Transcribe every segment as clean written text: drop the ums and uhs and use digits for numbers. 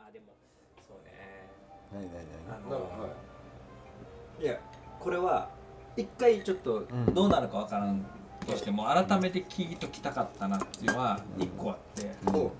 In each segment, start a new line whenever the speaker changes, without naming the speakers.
でもそうね。
何
いやこれは一回ちょっとどうなるかわからんとしても、改めて聞いときたかったなっていうのは一個あって、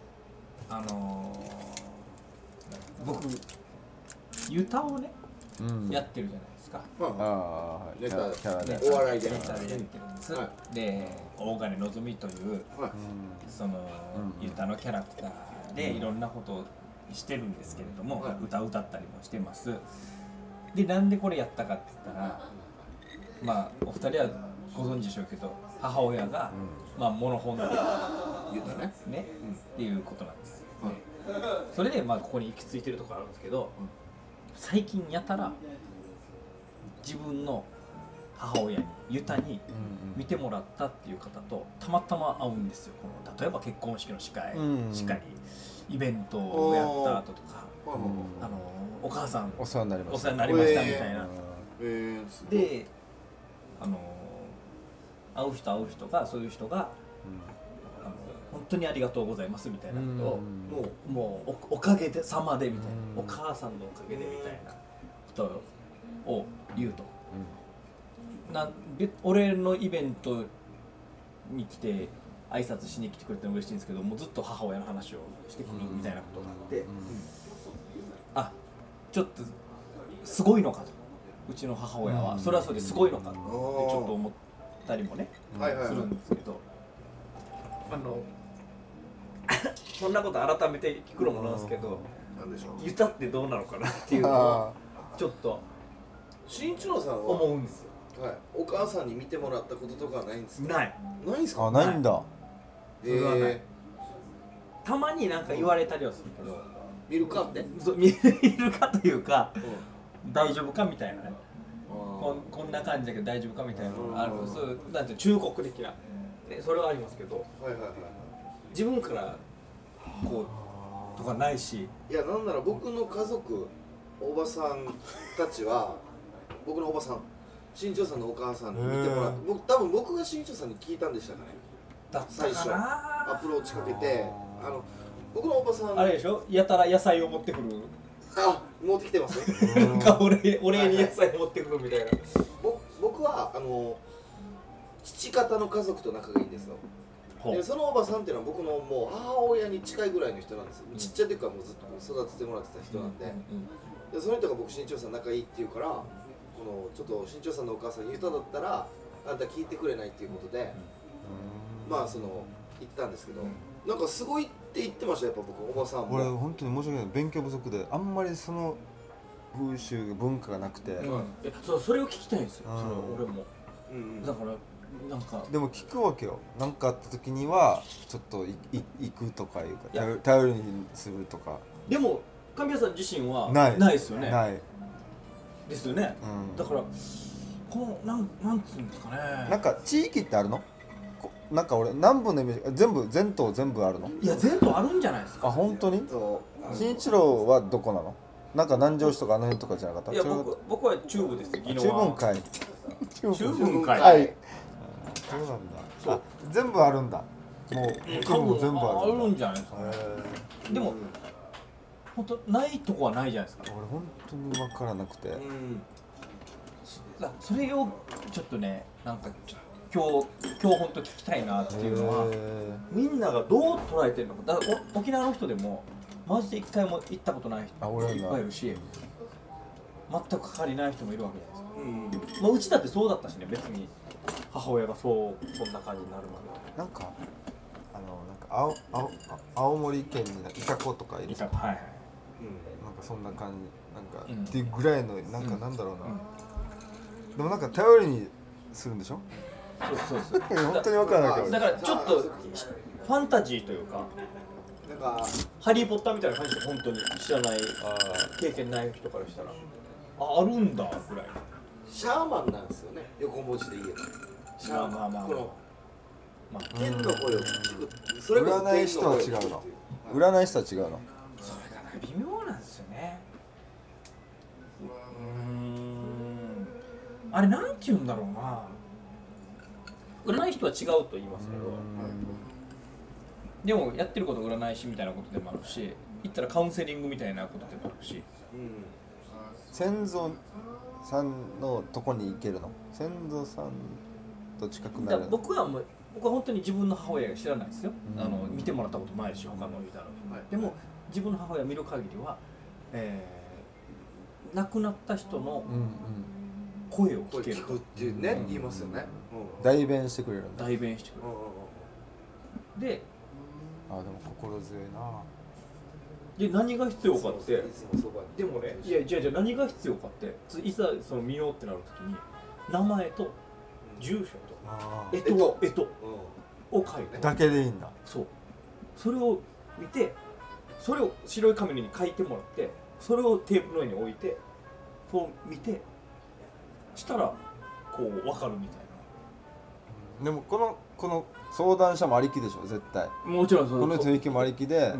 僕ユタをね、やってるじゃないですか。
ネタ
お笑いでネタでやってるんです、で大金のぞみという、そのユタのキャラクターでいろんなことをしてるんですけれども、歌を歌ったりもしてます。でなんでこれやったかって言ったら、まあお二人はご存知でしょうけど、母親が、まあモノホンで
言うたね
っていうことなんです、それでまあここに行き着いてるところあるんですけど、最近やたら自分の母親にユタに見てもらったっていう方とたまたま会うんですよ。この例えば結婚式の司会しかり、イベントをやった後とか、お母さん
お世話になりました
みたいな、で会う人がそういう人が、本当にありがとうございますみたいなことを、もう おかげさまでみたいな、お母さんのおかげでみたいなことを言うと、俺のイベントに来て挨拶しに来てくれても嬉しいんですけど、もうずっと母親の話をしてくるみたいなことがあって、あ、ちょっとすごいのかと、うちの母親はそれはそれですごいのかってちょっと思ったりもね、するんですけど、そんなこと改めて聞くのもなんですけど、ユタってどうなのかなっていうのをちょっと
慎一郎さんは
思うんですよ。
お母さんに見てもらったこととかはないんですか？ないんですか？
ないんだ。
それはない。たまになんか言われたりはするけど、
見るかって？
見るかというか、大丈夫かみたいなね、こんな感じだけど大丈夫かみたいなのがある。そういうなんて忠告的な、それはありますけど、自分からこうとかないし。
いや、なんなら僕の家族、おばさんたちは僕のおばさん、新庄さんのお母さんに見てもらって、多分僕が新庄さんに聞いたんでしたかね。最初アプローチかけて、僕のおばさん
あれでしょ、やたら野菜を持ってくる。
持ってきてます。
なんかお礼に野菜持ってくるみたいな。
僕は父方の家族と仲がいいんですよ。でそのおばさんっていうのは僕のもう母親に近いぐらいの人なんですよ。ちっちゃい時からもうずっと育ててもらってた人なんで、でその人が僕新庄さん仲いいっていうから、ちょっと新庄さんのお母さんに言っただったらあんた聞いてくれないっていうことで、まあ言ったんですけど、なんかすごいって言ってました。やっぱ僕おばさんも。
俺本当に申し訳ない、勉強不足であんまりその風習文化がなくて、
それを聞きたいんですよ。俺もだからなんか
でも聞くわけよ。なんかあった時にはちょっと行くとかいうか、頼りにするとか。
でも神谷さん自身はないですよね。
ない
ですよね。だからこのなんつうんですかね。
なんか地域ってあるの？なんか俺南部のイメージ、全島全部あるの？
いや全島あるんじゃないですか。
本当に？新一郎はどこなの？なんか南城市とかあの辺とかじゃなかった？
いや僕は中部ですよ。
中分会。
中分会。
はい。そうなんだ。全部あるんだ。もう多分全部
あるんじゃないですか。でも本当ないとこはないじゃないですか。
俺本当に分からなくて。
それをちょっとね、なんか今日本当聞きたいなっていうのは、みんながどう捉えてるのか。だから沖縄の人でもマジで一回も行ったことない人いっぱいいるし、全く関わりない人もいるわけじゃないですか。まあうちだってそうだったしね、別に母親がそんな感じになるまで。
なんか青森県にいた子とかいる。なんかそんな感じ、なんかっていうぐらいのなんかなんだろうな。でもなんか頼りにするんでしょ？
そうです。
本当に分からないけど。
だからちょっとファンタジーというか、なんかハリー・ポッターみたいな感じで、本当に知らない経験ない人からしたらあるんだぐらい。
シャーマンなんですよね、横文字で言えば。シャーマン、天の声を聞く。それこそ
占い師とは違うの。占い師とは違うの。
それが微妙なんですよね。あれなんて言うんだろうな。占い師とは違うと言いますけど、 でもやってること占い師みたいなことでもあるし、行ったらカウンセリングみたいなことでもあるし、
先祖さんのとこに行けるの？先祖さんと近くなるの？
僕は本当に自分の母親が知らないですよ、見てもらったことないし他の言うたら、でも自分の母親を見る限りは、亡くなった人の声を聞ける
っていうね、言いますよね、
代弁してくれるんだ。
代弁してくれる、で
でも心強いな。
で何が必要かって、でもね、じゃあ何が必要かって、いざその見ようってなるときに名前と住所と干支を書いて
だけでいいんだ。
そう、それを見て、それを白い紙に書いてもらって、それをテープの上に置いて、そう見てしたらこう分かるみたいな。
でもこの相談者もありきでしょ絶対。
もちろんそう。
この人域もありきで、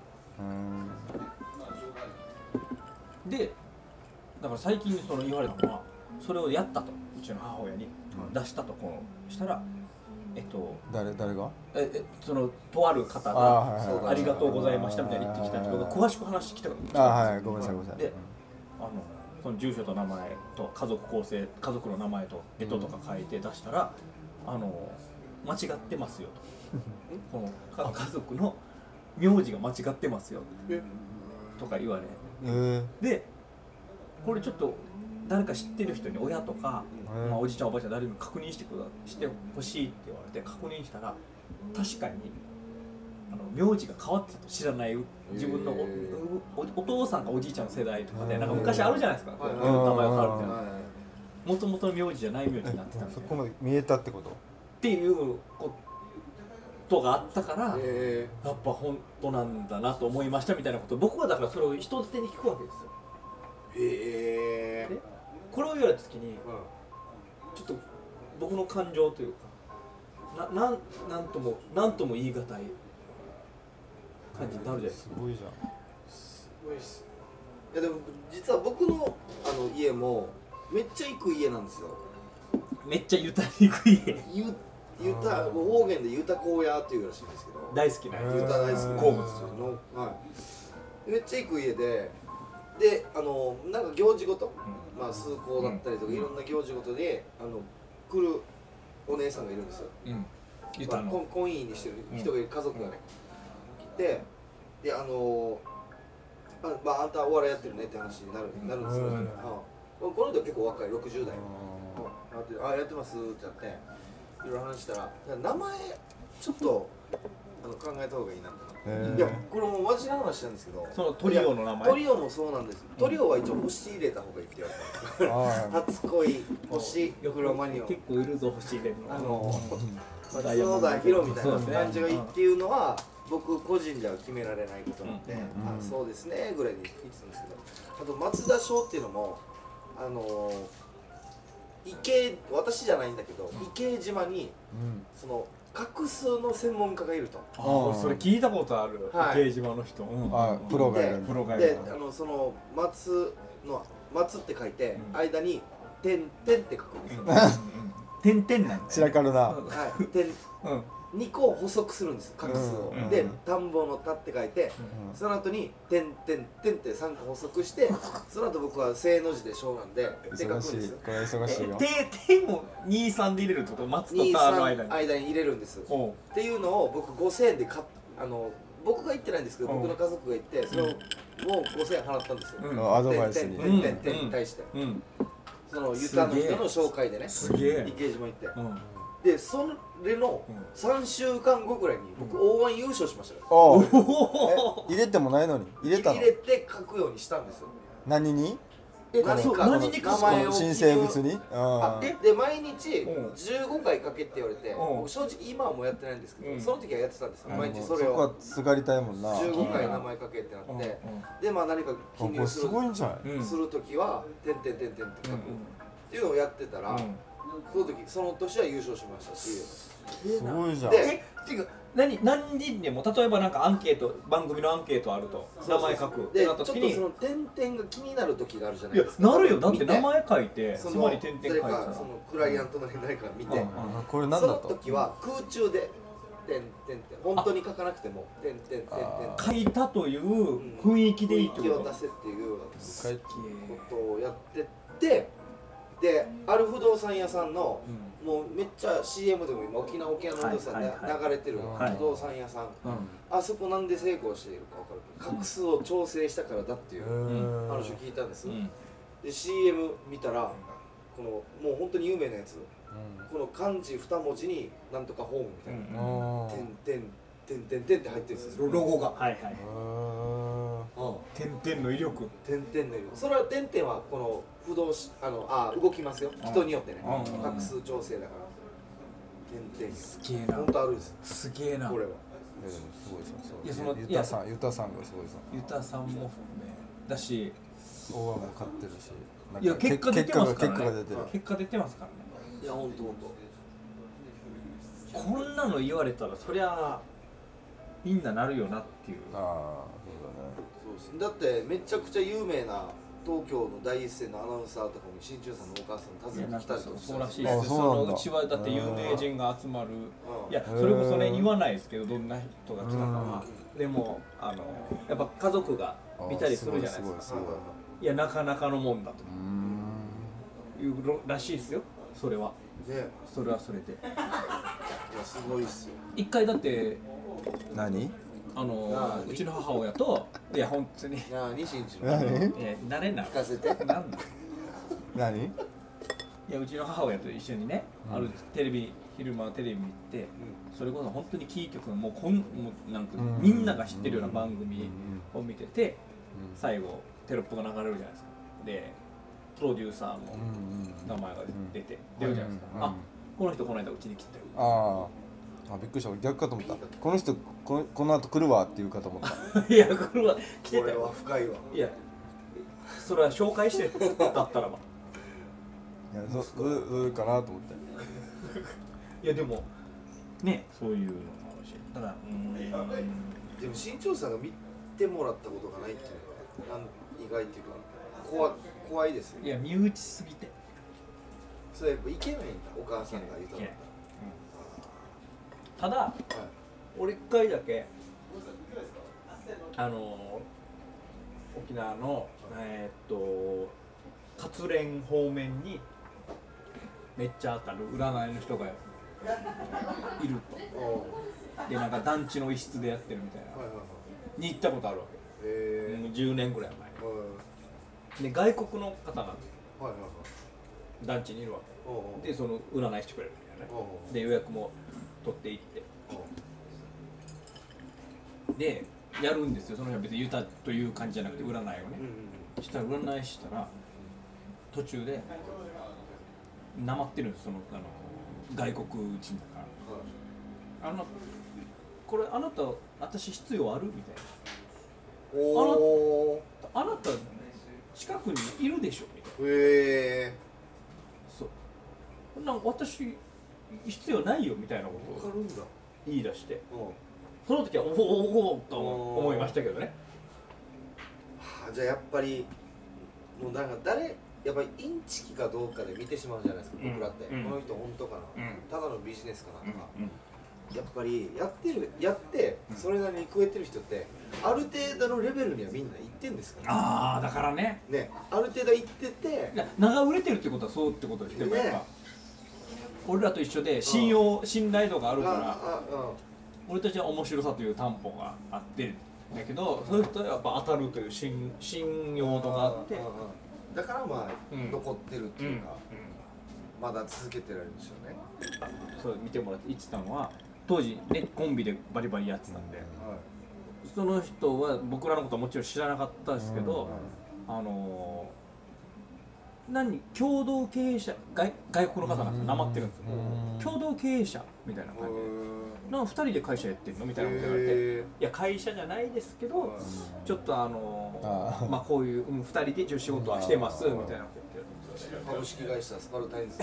でだから最近その言われたのは、それをやったと、うちの母親に出したと、こうしたら
誰が
そのとある方がありがとうございましたみたいに言ってきたんですけど、詳しく話聞きたかった。
はい、ごめんなさい。
で、その住所と名前と家族構成、家族の名前と干支とか書いて出したら、間違ってますよとこの家族の名字が間違ってますよとか言われ、でこれちょっと誰か知ってる人に、親とか、おじいちゃんおばあちゃん誰にも確認してほしいって言われて確認したら、確かに名字が変わってたと、知らない自分の お父さんかおじいちゃんの世代とかで、なんか昔あるじゃないですか、名前が変わるみたいな、もともとの名字じゃない名字になってたみたいな、
そこまで見えたってこと
っていうことがあったから、やっぱ本当なんだなと思いましたみたいなことを、僕はだからそれを人づてに聞くわけですよ。でこれを言われた時に、ちょっと僕の感情というか、なんとも言い難い感じになるじゃないですか。
すごいじゃん。
すごいっす。いやでも実は僕の家もめっちゃ行く家なんですよ。
めっちゃ豊にくい家。
方言で豊子屋っていうらしいんですけど、
大好きな
豊大好き好物の、めっちゃ行く家で、なんか行事ごと、崇高だったりとか、いろんな行事ごとで来るお姉さんがいるんですよ。婚姻にしてる人がいる、家族がね来て、であんたお笑いやってるねって話になるんですよ。この人は結構若い60代、やってますってなって。いろいろ話したら、名前ちょっと考えた方がいいなって。いや、これもマジな話なんですけど、
そのトリオの名前、
トリオもそうなんです。トリオは一応星入れた方がいいって言われた。初恋星クロマニオン、
結構いるぞ星入れるの、
角田ヒロみたいな感じがいいっていうのは僕個人では決められないことなんで、そうですねぐらいで言ってたんですけど、あと松田翔っていうのも私じゃないんだけど、池江島にその画数の専門家がいると。
それ聞いたことある。池江島の人、
プロがいる。
で、その松って書いて間に点って書くんですよ。
点々なんだ。
散らかるな。
点2個補足するんです、画数を。で、田んぼの田って書いて、その後に点って3個補足して、その後僕は正の字で小なんでで書くんですよ。
これ忙しいよ。
点も23で入れるってこと？松と田の間
に入れるんです。っていうのを僕5000円で僕が言ってないんですけど、僕の家族が言って、それをもう5000円払ったんですよ。
アドバイスに。
点に対して。そのユタの人の紹介でね、池江島行って。で、それの3週間後ぐらいに僕 O1 優勝しましたよ。
入れてもないのに入れたの？
入れて書くようにしたんですよ。
何に？
何に
名前を新生物に？
で、毎日15回書けって言われて、正直今はもうやってないんですけど、その時はやってたんですよ。毎日それを。
そこはすがりたいもんな。
15回名前書けってなって、で、何か記入する時は点って書くっていうのをやってたら、その年は優勝しましたし。
すごいじゃん。
っていうか何人でも、例えばなんかアンケート、番組のアンケートあると名前書く
で、ちょっとその点々が気になる時があるじゃないですか。
なるよ。だって名前書いてそこに点々書いて、
そのクライアントの誰か見て、
これなんだと。
その時は空中でてんてんてん本当に書かなくてもてんてんてんてん
書いたという雰囲気でいいってこと、
雰囲気を出せっていうことをやってってである不動産屋さんの、もうめっちゃ CM でも今沖縄の不動産で流れてる不動産屋さん、あそこなんで成功しているか分かるけど画数を調整したからだっていう話を聞いたんです、で CM 見たらこのもう本当に有名なやつ、この漢字2文字になんとかホームみたいなてんてんてんてんって入ってるんですよロゴが。はいはい。てんの威力。てんの威力。それはてんはこの不動動きますよ。人によってね。画数調整だから。てん。
すげえな。
本当あるんです。
すげえな。
これは。
すごいですよ。
いやその
ユタさんがすごいですよ。
ユタさんもねだし、
大和も勝ってるし。
いや結果出てますからね。
結果出てますからね。
いや本当。
こんなの言われたらそりゃみんななるよなっていう。
ああそう
だね。だってめちゃくちゃ有名な東京の第一線のアナウンサーとかに新中さんのお母さん訪ねてきたりとか
そうらしいです。そのうちはだって有名人が集まる。いやそれこそね言わないですけどどんな人が来たかは。でもやっぱ家族が見たりするじゃないですか。いやなかなかのもんだというらしいですよ。それは。
ね。
それはそれで。いや
すごいっすよ。
一回だって
何？
うちの母親といや本当に
西日
の
慣れな
聞かせて
なんだ
何？
いやうちの母親と一緒にね、ある昼間テレビ見て、それこそ本当にキー局のもうなんかみんなが知ってるような番組を見てて、最後テロップが流れるじゃないですか。でプロデューサーの名前が出るじゃないですか。あ、この人この間うちに来てたよ。
あ、びっくりした。逆かと思った。この人この後来るわって言うかと思った。
いや来るわ来てたよ。
これは深いわ。
いやそれは紹介してだったらば。
いやそうかなと思って。
いやでもねそういうのもあるし、ただ
でも新潮さんが見てもらったことがないっていうのは意外っていうか怖いですよ。
いや身内すぎて。
それやっぱいけないんだお母さんが言うたら。
ただ、俺一回だけ沖縄の勝連方面にめっちゃ当たる占いの人がいると。でなんか団地の一室でやってるみたいなに行ったことあるわけ。10年ぐらい前。で外国の方が団地にいるわけ。でその占いしてくれるみたいなね。で予約も取っていってでやるんですよ。その日は別にユタという感じじゃなくて占いをね、したら占いしたら途中でなまってるんです。その外国人だから、これあなた私必要あるみたいな。あなた近くにいるでしょみたいな。そうなんか私必要ないよみたいなことを言い出して、その時はおおと思いましたけどね。
じゃあやっぱりもうなんかやっぱりインチキかどうかで見てしまうじゃないですか、僕らって、この人本当かな、ただのビジネスかなとか、やっぱりやってそれなりに食えてる人ってある程度のレベルにはみんな行ってんですからね。
ああだからね
ある程度行ってて、
名が売れてるってことはそうってことですね。やっぱ俺らと一緒で信頼度があるから俺たちは面白さという担保があってだけど、そういう人はやっぱ当たるという信用度があって、
だからまあ残ってるっていうか、まだ続けてられるんでしょうね。
そう見てもらって言ってたのは当時ねコンビでバリバリやってたんで、その人は僕らのことはもちろん知らなかったですけど、共同経営者外国の方がなまってるんですよ。共同経営者みたいな感じで、なんか2人で会社やってるのみたいなこと言われて、いや会社じゃないですけどちょっとまあこういう2人で一応仕事はしてますみたいなこと言ってる。
株式会社スパルタインズです。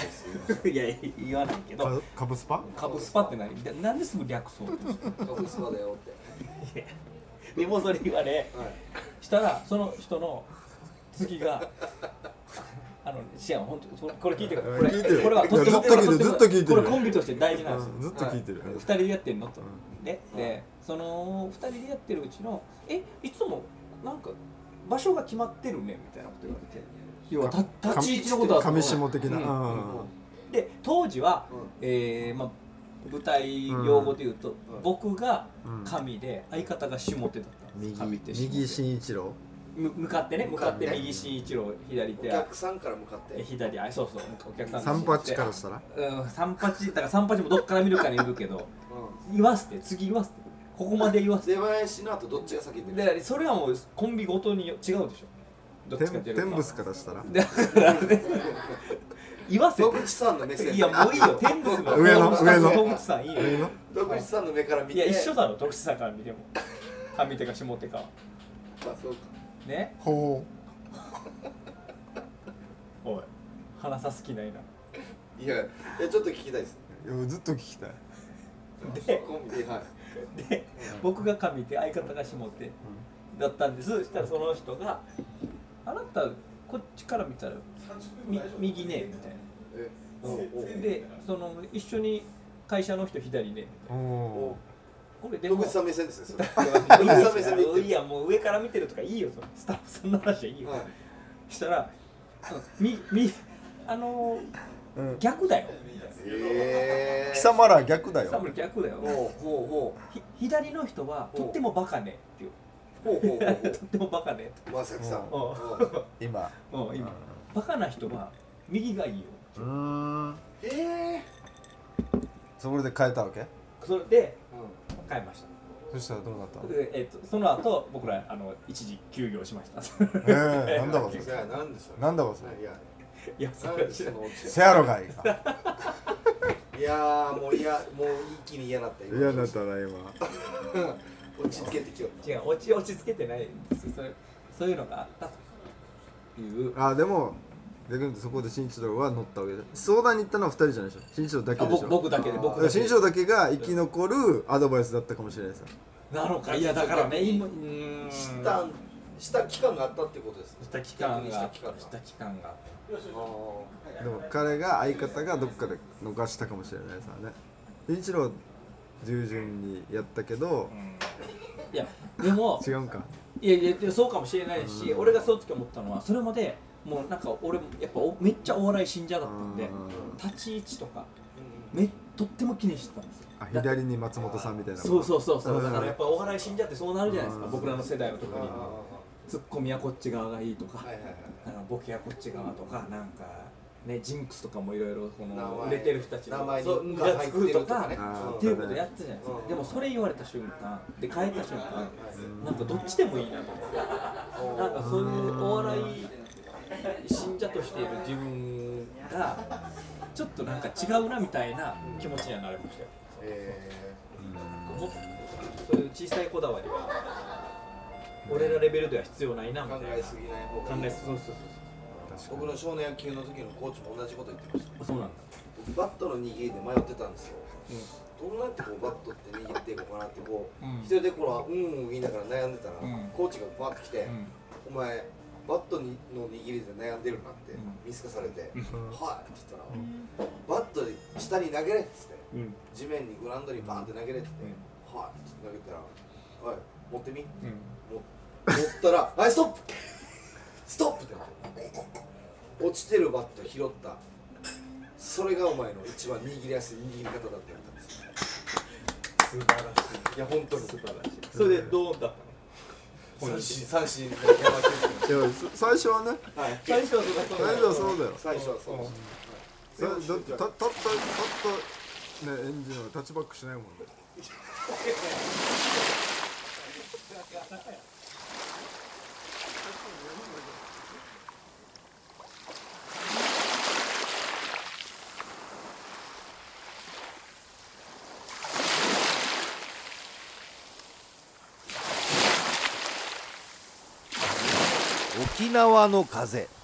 いや言わないけど。
株スパ
ってなんですぐ略そうとして。
株スパだよって。
でもそれ言われ、したらその人の次がシアン本当これ聞いてる
聞いてる
これは
ずっと聞いてる
これコンビとして大事なんですよ、
ずっと聞いてる
2人でやってんのと、ね、でその2人でやってるうちのいつもなんか場所が決まってるねみたいなこと言われて、要は立ち位置のことは
上下的な、
で当時は、まあ舞台用語で言うと、僕が上で相方が下手だったんです。
右新一郎
向かって右新一郎左手
お客さんから向かって
左そうお客さん
三八からしたら
三八だから三八もどっから見るかによるけど、言わせて次言わせてここまで言わせて
出囃子の後どっちが先に
でそれはもうコンビごとに違うでしょ、どっちかっていうと
天仏からしたら
言わせて
戸口さんの目線
いやもういいよ、天仏の
上の
戸口さんいいよ
戸口さんの目から見て
いや一緒だろ、戸口さんから見ても上手か下手か
そうか
ね、
ほ
おい話さす気ないない
やちょっと聞きたいです
ういやずっと聞きたい
で
コンビで
僕が上手相方が下手だったんです。そしたらその人があなたこっちから見たら右ねみたいなで一緒に会社の人左ねみたいなこれでも
戸口さん目線ですねそれ戸口さん目線で言って
いやもう上から見てるとかいいよ、そのスタッフさんの話はいいよ、したら逆だよみたいな、
貴様ら逆だよ
貴様ら逆だよ、左の人はとってもバカねっていうとってもバカね
まさきさん
今
バカな人は右がいいよ。
それで変えたわけ？
それで変えました。
そしたらどうなったの？
その後僕ら一時休業しました。
なんだわそれ。なんだわそれ。
いや
せやろがいいか。
いやもう一気に嫌だった
嫌だったな今。
落ち着けてきよった。
違う落ち着けてないんです。そういうのがあったという。
でも逆に言うとそこで新一郎は乗ったわけで、相談に行ったのは2人じゃないでしょ。新一郎だけでしょ。
僕だけで
新一郎だけが生き残るアドバイスだったかもしれないですよ。
なのか、いやだからね
した期間があったってことです。
した期間が
でも彼が相方がどっかで逃したかもしれないですからね。新一郎従順にやったけど、
いやでも
違うんか。
いやそうかもしれないし、俺がその時思ったのはそれまでもうなんか俺やっぱめっちゃお笑い信者だったんで、立ち位置とかとっても気にしてたんですよ。
左に松本さんみたいな。
そうだからやっぱお笑い信者ってそうなるじゃないですか。僕らの世代は特にツッコミはこっち側がいいとか、ボケはこっち側とか、なんかねジンクスとかもいろいろ売れてる人たち
名前
がつくとかっていうことやってたじゃないですか。でもそれ言われた瞬間で変えた瞬間、なんかどっちでもいいなと思って、なんかそういうお笑い信者としている自分がちょっとなんか違うなみたいな気持ちにはなりましたよ。そういう小さいこだわりは俺らレベルでは必要ないなみたいな。
考えすぎない方がいい。
そう
僕の少年野球の時のコーチも同じこと言ってました。
そうなんだ。
僕バットの握りで迷ってたんですよ。どうやってこうバットって握っていこうかなって一人で言いながら悩んでたら、コーチがバーッと来て、お前バットの握りで悩んでるなって見透かされて、はいって言ったら、バットで下に投げれって言って、地面にグラウンドにバーンって投げれって言って、はいって投げたら、はい持ってみ、持ったら、はいストップストップって落ちてるバット拾った。それがお前の一番握りやすい握り方だって言ったんです。
素晴らしい。いや本当に素晴らしい。それでどうだったの？
三振
最初はね。
最初は
そうだよ。
最初はそう。
だってたったねエンジンはタッチバックしないもんね。
沖縄の風。